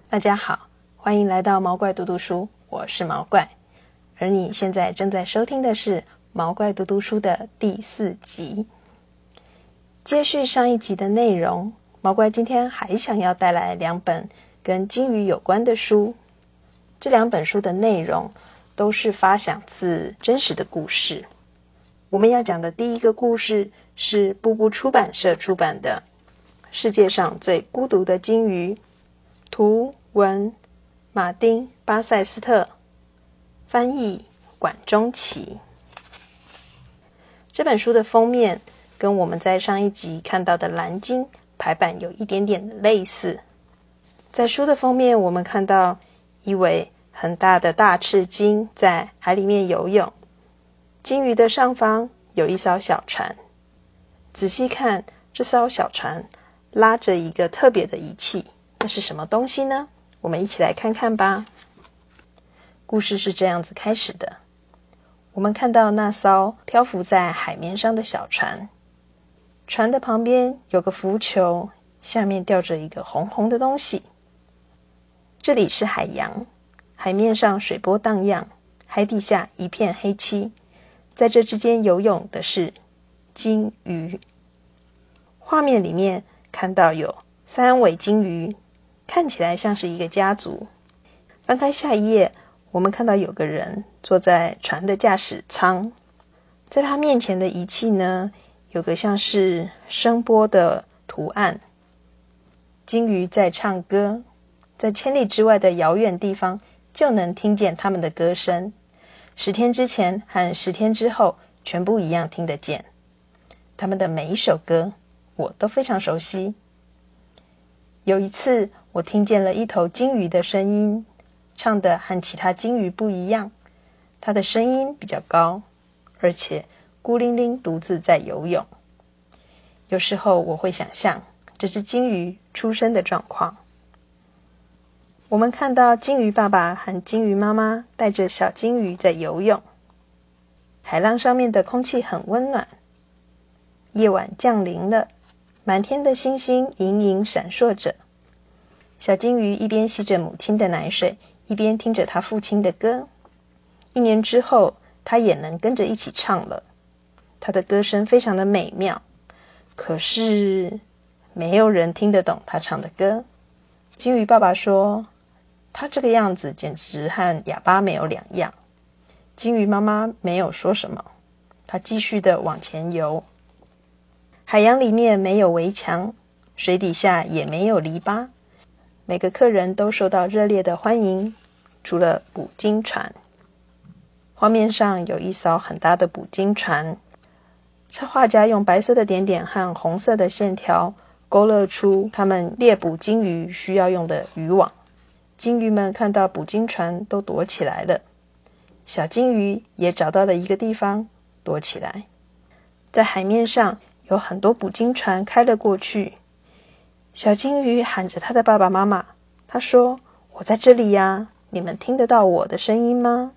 大家好，欢迎来到毛怪读读书，我是毛怪，而你现在正在收听的是毛怪读读书的第4集。接续上一集的内容，毛怪今天还想要带来2本跟鲸鱼有关的书。这2本书的内容都是发想自真实的故事。我们要讲的第一个故事是布布出版社出版的《世界上最孤独的鲸鱼》，图文马丁·巴塞斯特，翻译管中奇。这本书的封面跟我们在上一集看到的蓝鲸排版有一点点的类似。在书的封面，我们看到一尾很大的大翅鲸在海里面游泳，鲸鱼的上方有一艘小船。仔细看，这艘小船拉着一个特别的仪器，那是什么东西呢？我们一起来看看吧。故事是这样子开始的。我们看到那艘漂浮在海面上的小船，船的旁边有个浮球，下面吊着一个红红的东西。这里是海洋，海面上水波荡漾，海底下一片黑漆，在这之间游泳的是鲸鱼。画面里面看到有3尾鲸鱼，看起来像是一个家族。翻开下一页，我们看到有个人坐在船的驾驶舱，在他面前的仪器呢，有个像是声波的图案。鲸鱼在唱歌，在千里之外的遥远地方就能听见他们的歌声。10天之前和10天之后全部一样听得见。他们的每一首歌我都非常熟悉。有一次我听见了一头鲸鱼的声音，唱得和其他鲸鱼不一样。它的声音比较高，而且孤零零独自在游泳。有时候我会想象这只鲸鱼出生的状况。我们看到鲸鱼爸爸和鲸鱼妈妈带着小鲸鱼在游泳。海浪上面的空气很温暖。夜晚降临了，满天的星星隐隐闪烁着。小鲸鱼一边吸着母亲的奶水，一边听着他父亲的歌。1年之后，他也能跟着一起唱了。他的歌声非常的美妙，可是没有人听得懂他唱的歌。鲸鱼爸爸说，他这个样子简直和哑巴没有两样。鲸鱼妈妈没有说什么，她继续的往前游。海洋里面没有围墙，水底下也没有篱笆，每个客人都受到热烈的欢迎，除了捕鲸船。画面上有一艘很大的捕鲸船，插画家用白色的点点和红色的线条勾勒出他们猎捕鲸鱼需要用的渔网。鲸鱼们看到捕鲸船都躲起来了，小鲸鱼也找到了一个地方躲起来。在海面上有很多捕鲸船开了过去，小鲸鱼喊着他的爸爸妈妈，他说，我在这里呀，你们听得到我的声音吗？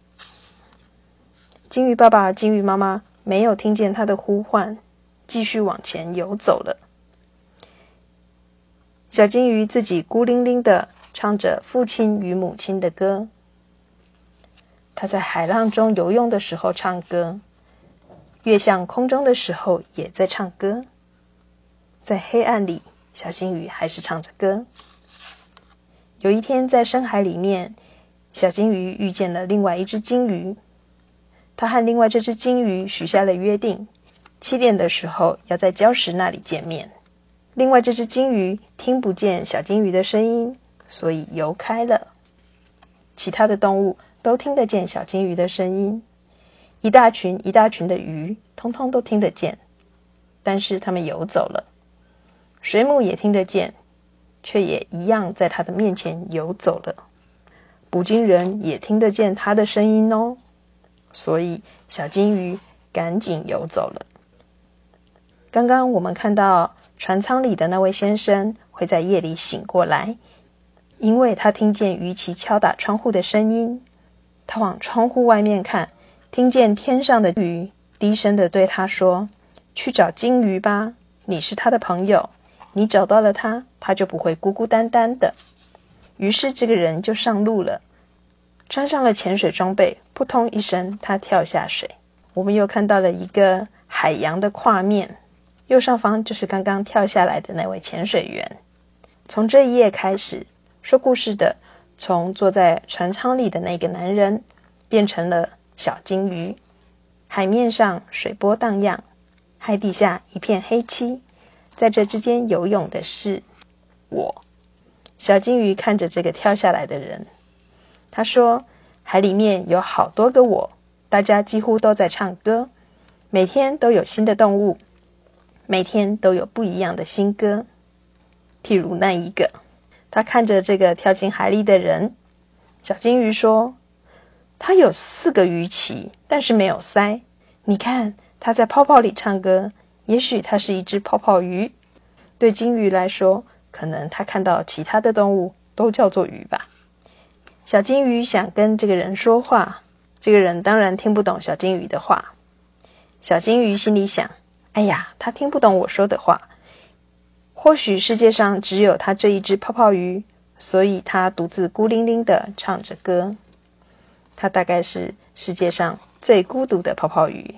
鲸鱼爸爸、鲸鱼妈妈没有听见他的呼唤，继续往前游走了。小鲸鱼自己孤零零地唱着父亲与母亲的歌。他在海浪中游泳的时候唱歌，跃向空中的时候也在唱歌。在黑暗里，小鲸鱼还是唱着歌。有一天在深海里面，小鲸鱼遇见了另外一只鲸鱼。他和另外这只鲸鱼许下了约定，7点的时候要在礁石那里见面。另外这只鲸鱼听不见小鲸鱼的声音，所以游开了。其他的动物都听得见小鲸鱼的声音，一大群一大群的鱼通通都听得见，但是它们游走了。水母也听得见，却也一样在它的面前游走了。捕鲸人也听得见它的声音哦，所以小鲸鱼赶紧游走了。刚刚我们看到船舱里的那位先生会在夜里醒过来，因为他听见鱼鳍敲打窗户的声音。他往窗户外面看，听见天上的鱼低声地对他说，去找鲸鱼吧，你是他的朋友，你找到了他，他就不会孤孤单单的。 于是这个人就上路了，穿上了潜水装备，扑通一声，他跳下水。我们又看到了一个海洋的画面，右上方就是刚刚跳下来的那位潜水员。从这一页开始，说故事的从坐在船舱里的那个男人变成了小金鱼。海面上水波荡漾，海底下一片黑漆，在这之间游泳的是我。小金鱼看着这个跳下来的人，他说，海里面有好多个我，大家几乎都在唱歌，每天都有新的动物，每天都有不一样的新歌。譬如那一个，他看着这个跳进海里的人，小金鱼说，他有4个鱼鳍，但是没有鳃。你看，他在泡泡里唱歌，也许他是一只泡泡鱼。对金鱼来说，可能他看到其他的动物都叫做鱼吧。小金鱼想跟这个人说话，这个人当然听不懂小金鱼的话。小金鱼心里想，哎呀，他听不懂我说的话。或许世界上只有他这一只泡泡鱼，所以他独自孤零零地唱着歌。他大概是世界上最孤独的泡泡鱼。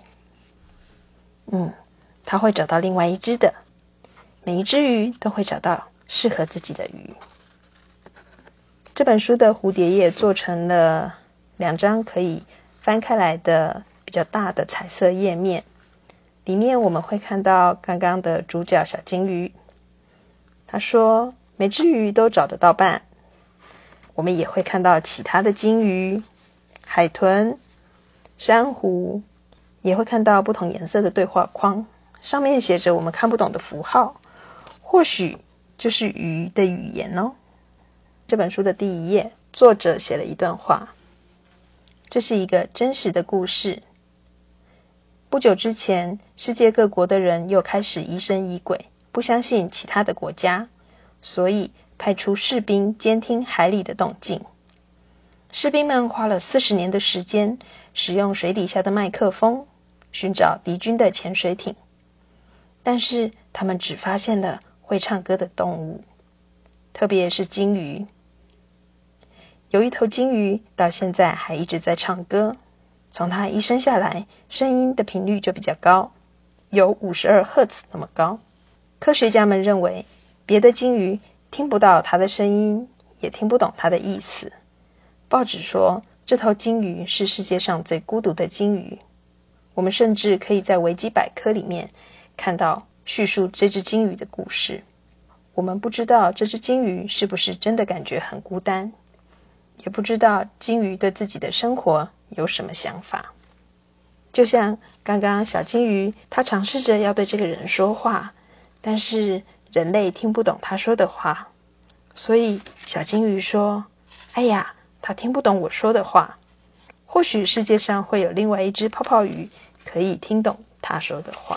他会找到另外一只的。每一只鱼都会找到适合自己的鱼。这本书的蝴蝶页做成了2张可以翻开来的比较大的彩色页面，里面我们会看到刚刚的主角小金鱼。他说，每只鱼都找得到伴。我们也会看到其他的金鱼、海豚、珊瑚，也会看到不同颜色的对话框，上面写着我们看不懂的符号，或许就是鱼的语言哦。这本书的第1页，作者写了一段话，这是一个真实的故事。不久之前，世界各国的人又开始疑神疑鬼，不相信其他的国家，所以派出士兵监听海里的动静。士兵们花了40年的时间，使用水底下的麦克风寻找敌军的潜水艇，但是他们只发现了会唱歌的动物，特别是金鱼。有一头金鱼到现在还一直在唱歌，从它一生下来，声音的频率就比较高，有52赫兹那么高。科学家们认为，别的金鱼听不到它的声音，也听不懂它的意思。报纸说，这头金鱼是世界上最孤独的金鱼。我们甚至可以在维基百科里面看到叙述这只金鱼的故事。我们不知道这只金鱼是不是真的感觉很孤单，也不知道金鱼对自己的生活有什么想法。就像刚刚小金鱼，它尝试着要对这个人说话，但是人类听不懂它说的话，所以小金鱼说，哎呀，它听不懂我说的话。或许世界上会有另外一只泡泡鱼可以听懂它说的话。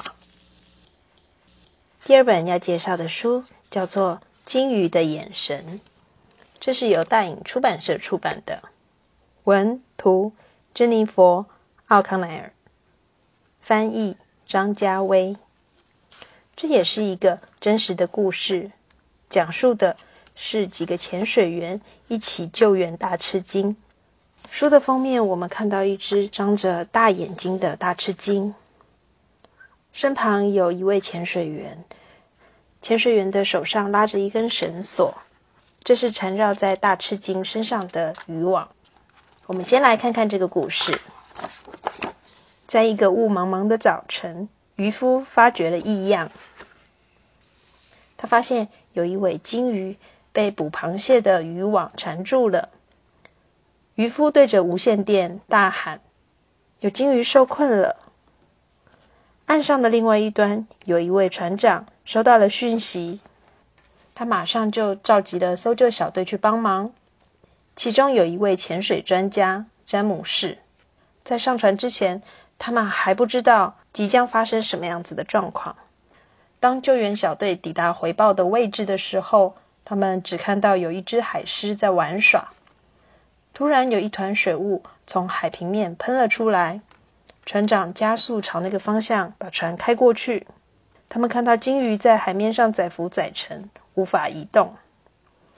第2本要介绍的书叫做《金鱼的眼神》，这是由大颖出版社出版的，文图珍妮佛·奥康奈尔，翻译张家威。这也是一个真实的故事，讲述的是几个潜水员一起救援大吃鲸。书的封面我们看到一只张着大眼睛的大吃鲸，身旁有一位潜水员，潜水员的手上拉着一根绳索，这是缠绕在大吃鲸身上的渔网。我们先来看看这个故事。在一个雾茫茫的早晨，渔夫发觉了异样。他发现有一尾金鱼被捕螃蟹的渔网缠住了。渔夫对着无线电大喊，有金鱼受困了。岸上的另外一端有一位船长收到了讯息，他马上就召集了搜救小队去帮忙。其中有一位潜水专家詹姆士，在上船之前，他们还不知道即将发生什么样子的状况。当救援小队抵达回报的位置的时候，他们只看到有一只海狮在玩耍。突然有一团水雾从海平面喷了出来，船长加速朝那个方向把船开过去。他们看到金鱼在海面上载浮载沉，无法移动。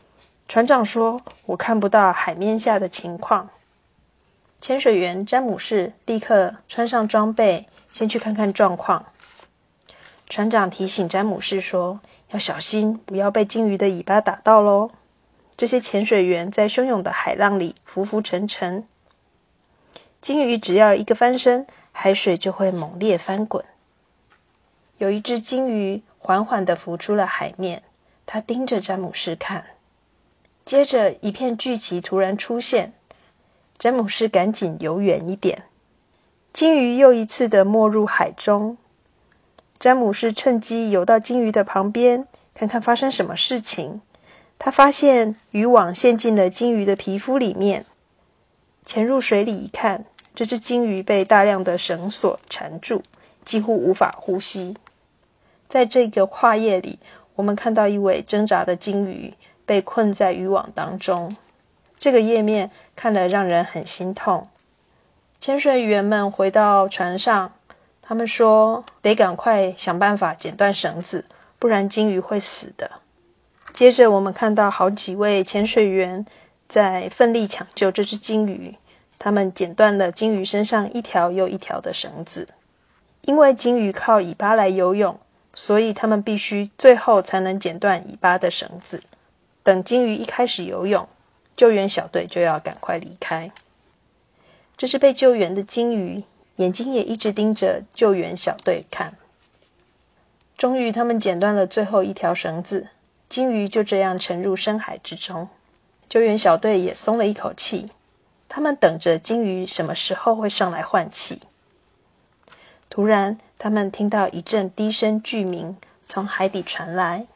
船长说，我看不到海面下的情况。潜水员詹姆士立刻穿上装备，先去看看状况。船长提醒詹姆士说，要小心，不要被鲸鱼的尾巴打到咯。这些潜水员在汹涌的海浪里浮浮沉沉，鲸鱼只要一个翻身，海水就会猛烈翻滚。有一只鲸鱼缓缓地浮出了海面，它盯着詹姆士看。接着一片巨旗突然出现，詹姆士赶紧游远一点。鲸鱼又一次地没入海中，詹姆士趁机游到鲸鱼的旁边，看看发生什么事情。他发现渔网陷进了鲸鱼的皮肤里面，潜入水里一看，这只鲸鱼被大量的绳索缠住，几乎无法呼吸。在这个跨页里，我们看到一尾挣扎的鲸鱼被困在渔网当中。这个页面看了让人很心痛。潜水员们回到船上，他们说得赶快想办法剪断绳子，不然鲸鱼会死的。接着我们看到好几位潜水员在奋力抢救这只鲸鱼，他们剪断了鲸鱼身上一条又一条的绳子。因为鲸鱼靠尾巴来游泳，所以他们必须最后才能剪断尾巴的绳子。等鲸鱼一开始游泳，救援小队就要赶快离开。这是被救援的鲸鱼，眼睛也一直盯着救援小队看。终于他们剪断了最后一条绳子，鲸鱼就这样沉入深海之中。救援小队也松了一口气，他们等着鲸鱼什么时候会上来换气。突然他们听到一阵低声巨鸣从海底传来。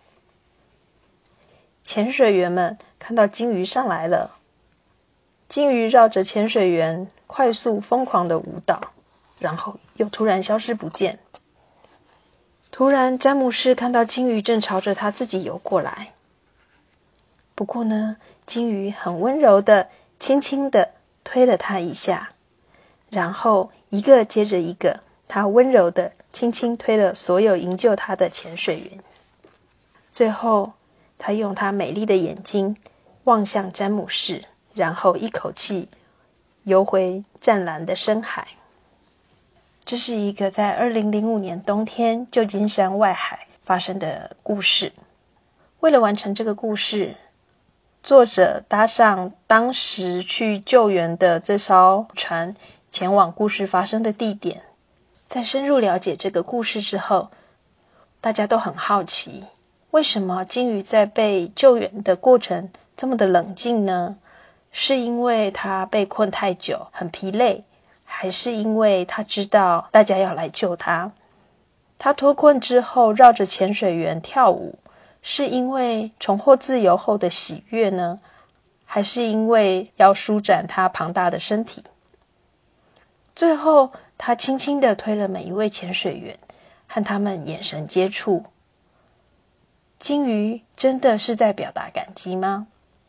潜水员们看到鲸鱼上来了，鲸鱼绕着潜水员快速疯狂的舞蹈，然后又突然消失不见。突然詹姆士看到鲸鱼正朝着他自己游过来，不过呢，鲸鱼很温柔的轻轻的推了他一下，然后一个接着一个，他温柔的轻轻推了所有营救他的潜水员。最后他用他美丽的眼睛望向詹姆士，然后一口气游回湛蓝的深海。这是一个在2005年冬天旧金山外海发生的故事。为了完成这个故事，作者搭上当时去救援的这艘船，前往故事发生的地点。在深入了解这个故事之后，大家都很好奇，为什么鲸鱼在被救援的过程这么的冷静呢？是因为它被困太久，很疲累，还是因为他知道大家要来救他？他脱困之后绕着潜水员跳舞，是因为重获自由后的喜悦呢？还是因为要舒展他庞大的身体？最后他轻轻地推了每一位潜水员，和他们眼神接触。鲸鱼真的是在表达感激吗？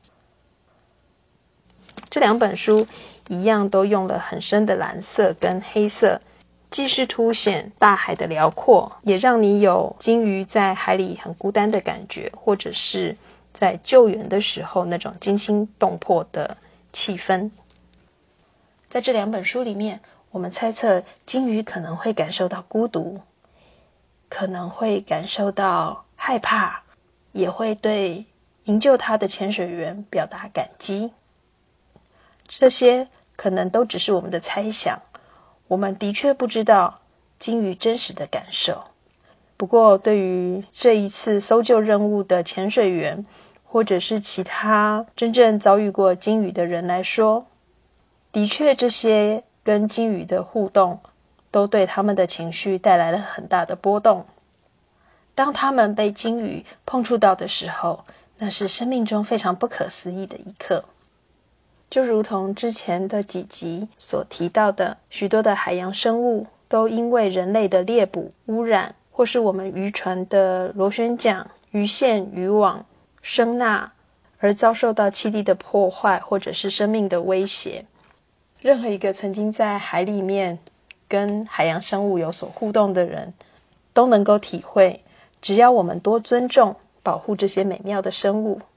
这两本书一样都用了很深的蓝色跟黑色，既是凸显大海的辽阔，也让你有鲸鱼在海里很孤单的感觉，或者是在救援的时候那种惊心动魄的气氛。在这两本书里面，我们猜测鲸鱼可能会感受到孤独，可能会感受到害怕，也会对营救他的潜水员表达感激。这些可能都只是我们的猜想，我们的确不知道鲸鱼真实的感受。不过对于这一次搜救任务的潜水员，或者是其他真正遭遇过鲸鱼的人来说，的确这些跟鲸鱼的互动都对他们的情绪带来了很大的波动。当他们被鲸鱼碰触到的时候，那是生命中非常不可思议的一刻。就如同之前的几集所提到的，许多的海洋生物都因为人类的猎捕、污染，或是我们渔船的螺旋桨、鱼线、渔网、声呐，而遭受到栖地的破坏，或者是生命的威胁。任何一个曾经在海里面跟海洋生物有所互动的人，都能够体会，只要我们多尊重、保护这些美妙的生物，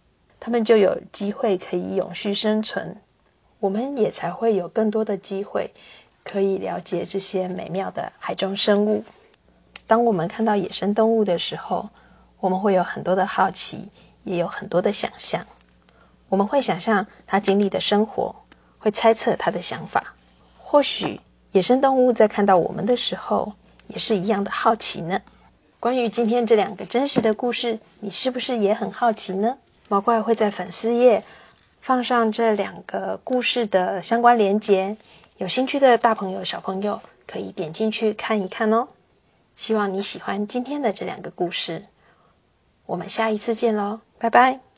它们就有机会可以永续生存，我们也才会有更多的机会可以了解这些美妙的海中生物。当我们看到野生动物的时候，我们会有很多的好奇，也有很多的想象。我们会想象它经历的生活，会猜测它的想法。或许野生动物在看到我们的时候，也是一样的好奇呢。关于今天这2个真实的故事，你是不是也很好奇呢？毛怪会在粉丝页放上这2个故事的相关连结，有兴趣的大朋友小朋友可以点进去看一看哦。希望你喜欢今天的这2个故事，我们下一次见咯，拜拜。